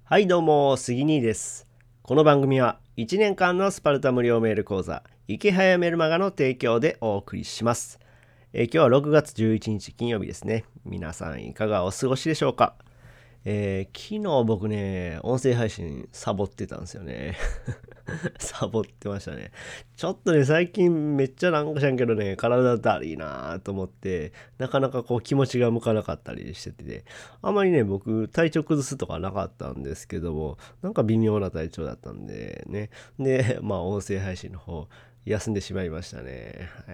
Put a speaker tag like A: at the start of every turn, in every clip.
A: はいどうも、杉兄です。この番組は1年間のスパルタ無料メール講座、池早メルマガの提供でお送りします。今日は6月11日金曜日ですね。皆さんいかがお過ごしでしょうか。昨日僕ね、音声配信サボってたんですよね。サボってましたね。ちょっとね、最近めっちゃなんかしらんけどね、体だるいなと思って、なかなかこう気持ちが向かなかったりしてて、あんまりね、僕体調崩すとかなかったんですけども、なんか微妙な体調だったんでね。で、音声配信の方、休んでしまいましたね。はい。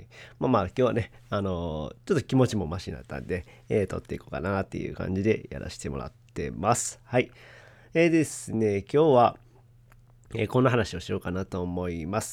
A: 今日はね、ちょっと気持ちもマシになったんで、撮っていこうかなっていう感じでやらせてもらってます。はい。ですね、今日は、こんな話をしようかなと思います。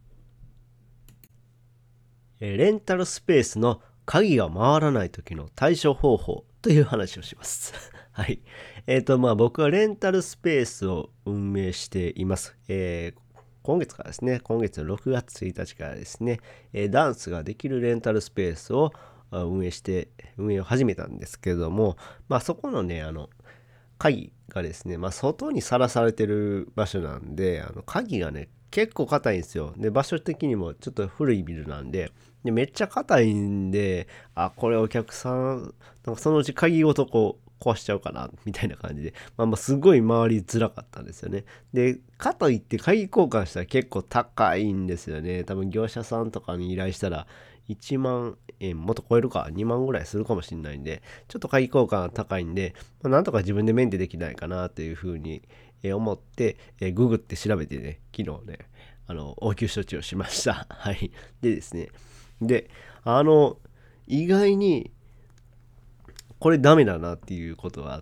A: レンタルスペースの鍵が回らない時の対処方法という話をします。はい。僕はレンタルスペースを運営しています。今月からですね、今月の6月1日からですね、ダンスができるレンタルスペースを運営を始めたんですけども、そこのね、鍵がですね、外にさらされてる場所なんで、鍵がね、結構硬いんですよ。で、場所的にもちょっと古いビルなんで、めっちゃ硬いんで、これお客さん、なんかそのうち鍵ごとこう、壊しちゃうかな、みたいな感じで、すごい回りづらかったんですよね。で、かといって鍵交換したら結構高いんですよね。多分業者さんとかに依頼したら、1万円もっと超えるか2万ぐらいするかもしれないんで、ちょっと鍵交換高いんで、なんとか自分でメンテできないかなというふうに思って、ググって調べてね、昨日ね、応急処置をしました。はい。でですね、で、意外にこれダメだなっていうことがあって、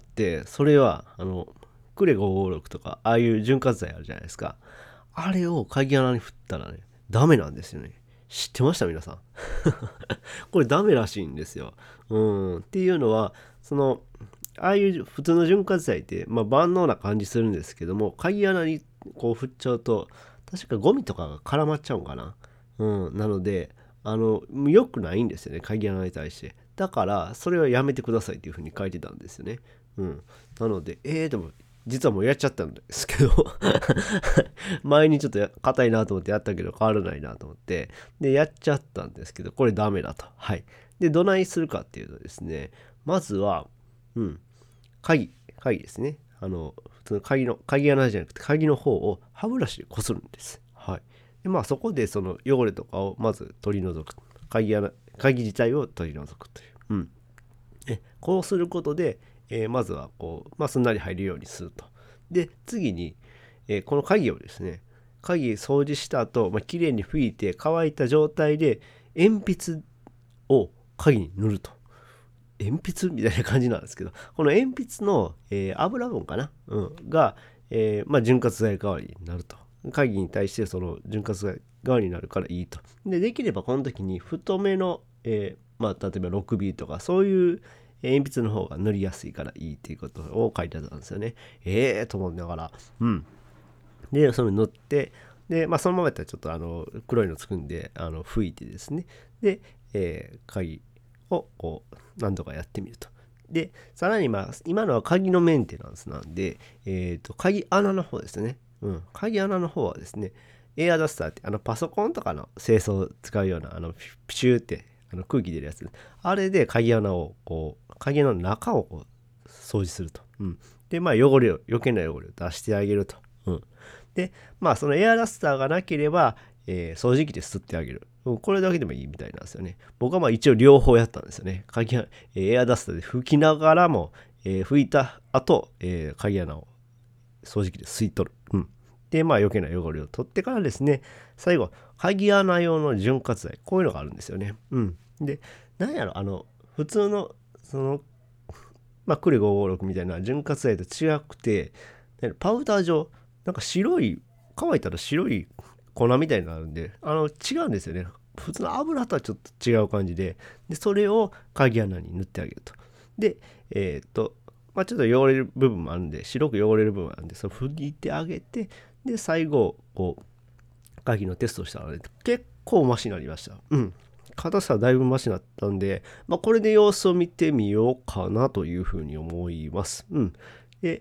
A: それは、クレ556とか、ああいう潤滑剤あるじゃないですか。あれを鍵穴に振ったらね、ダメなんですよね。知ってました皆さん。これダメらしいんですよ。っていうのは、ああいう普通の潤滑剤って、万能な感じするんですけども、鍵穴にこう振っちゃうと、確かゴミとかが絡まっちゃうんかな。なので、良くないんですよね、鍵穴に対して。だから、それはやめてくださいっていうふうに書いてたんですよね。なので、でも、実はもうやっちゃったんですけど前にちょっと硬いなと思ってやったけど変わらないなと思って、で、やっちゃったんですけど、これダメだと。はい。で、どないするかっていうとですね、まずは、うん、鍵ですね。普通の鍵穴じゃなくて、鍵の方を歯ブラシでこするんです。はい。で、そこでその汚れとかをまず取り除く。鍵自体を取り除くという。こうすることで、まずはこう、すんなり入るようにすると。で、次に、この鍵をですね、鍵掃除した後、きれいに拭いて乾いた状態で鉛筆を鍵に塗ると。鉛筆みたいな感じなんですけど、この鉛筆の、油分かな、が、潤滑剤代わりになると。鍵に対してその潤滑剤代わりになるからいいと。できればこの時に太めの、例えば 6B とかそういう鉛筆の方が塗りやすいからいいっていうことを書いてあったんですよね。と思いながら。で、それ塗って、で、そのままやったらちょっと黒いのつくんで、拭いてですね。で、鍵をこう何度かやってみると。で、さらに今のは鍵のメンテナンスなんで、鍵穴の方ですね。鍵穴の方はですね、エアダスターってパソコンとかの清掃使うようなピシューって空気出るやつ。あれで鍵穴の中をこう掃除すると。で、余計な汚れを出してあげると。で、そのエアダスターがなければ、掃除機で吸ってあげる。これだけでもいいみたいなんですよね。僕は一応両方やったんですよね。エアダスターで拭きながらも、拭いた後、鍵穴を掃除機で吸い取る。で、余計な汚れを取ってからですね、最後、鍵穴用の潤滑剤。こういうのがあるんですよね。で、なんやろ、普通の、クレ556みたいな潤滑剤と違くて、パウダー状、なんか乾いたら白い粉みたいになるんで、違うんですよね。普通の油とはちょっと違う感じで、それを鍵穴に塗ってあげると。で、ちょっと汚れる部分もあるんで、白く汚れる部分もあるんで、それ拭いてあげて、で、最後、こう、鍵のテストをしたら、ね、結構マシになりました。硬さはだいぶマシになったんで、これで様子を見てみようかなというふうに思います。で、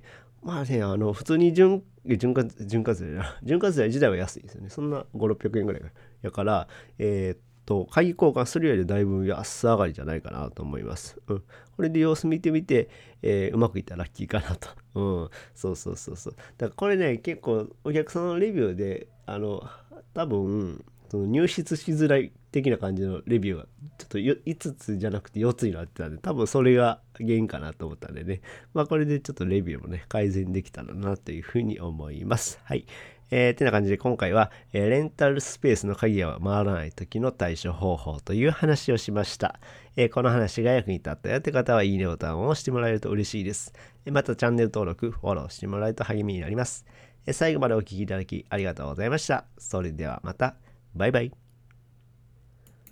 A: まあね、普通に潤滑油や潤滑油自体は安いですよね。そんな5、600円ぐらいやから、鍵交換するよりだいぶ安上がりじゃないかなと思います。うん。これで様子見てみて、うまくいったらラッキーかなと。うん。そうそうそうそう。だからこれね、結構お客さんのレビューで、多分、その入室しづらい的な感じのレビューがちょっと5つじゃなくて4つになってたんで、多分それが原因かなと思ったんでね、まあこれでちょっとレビューもね改善できたらなというふうに思います。はい。てな感じで今回は、レンタルスペースの鍵が回らない時の対処方法という話をしました。この話が役に立ったよって方はいいねボタンを押してもらえると嬉しいです。またチャンネル登録、フォローしてもらえると励みになります。最後までお聴きいただきありがとうございました。それではまた。バイバイ。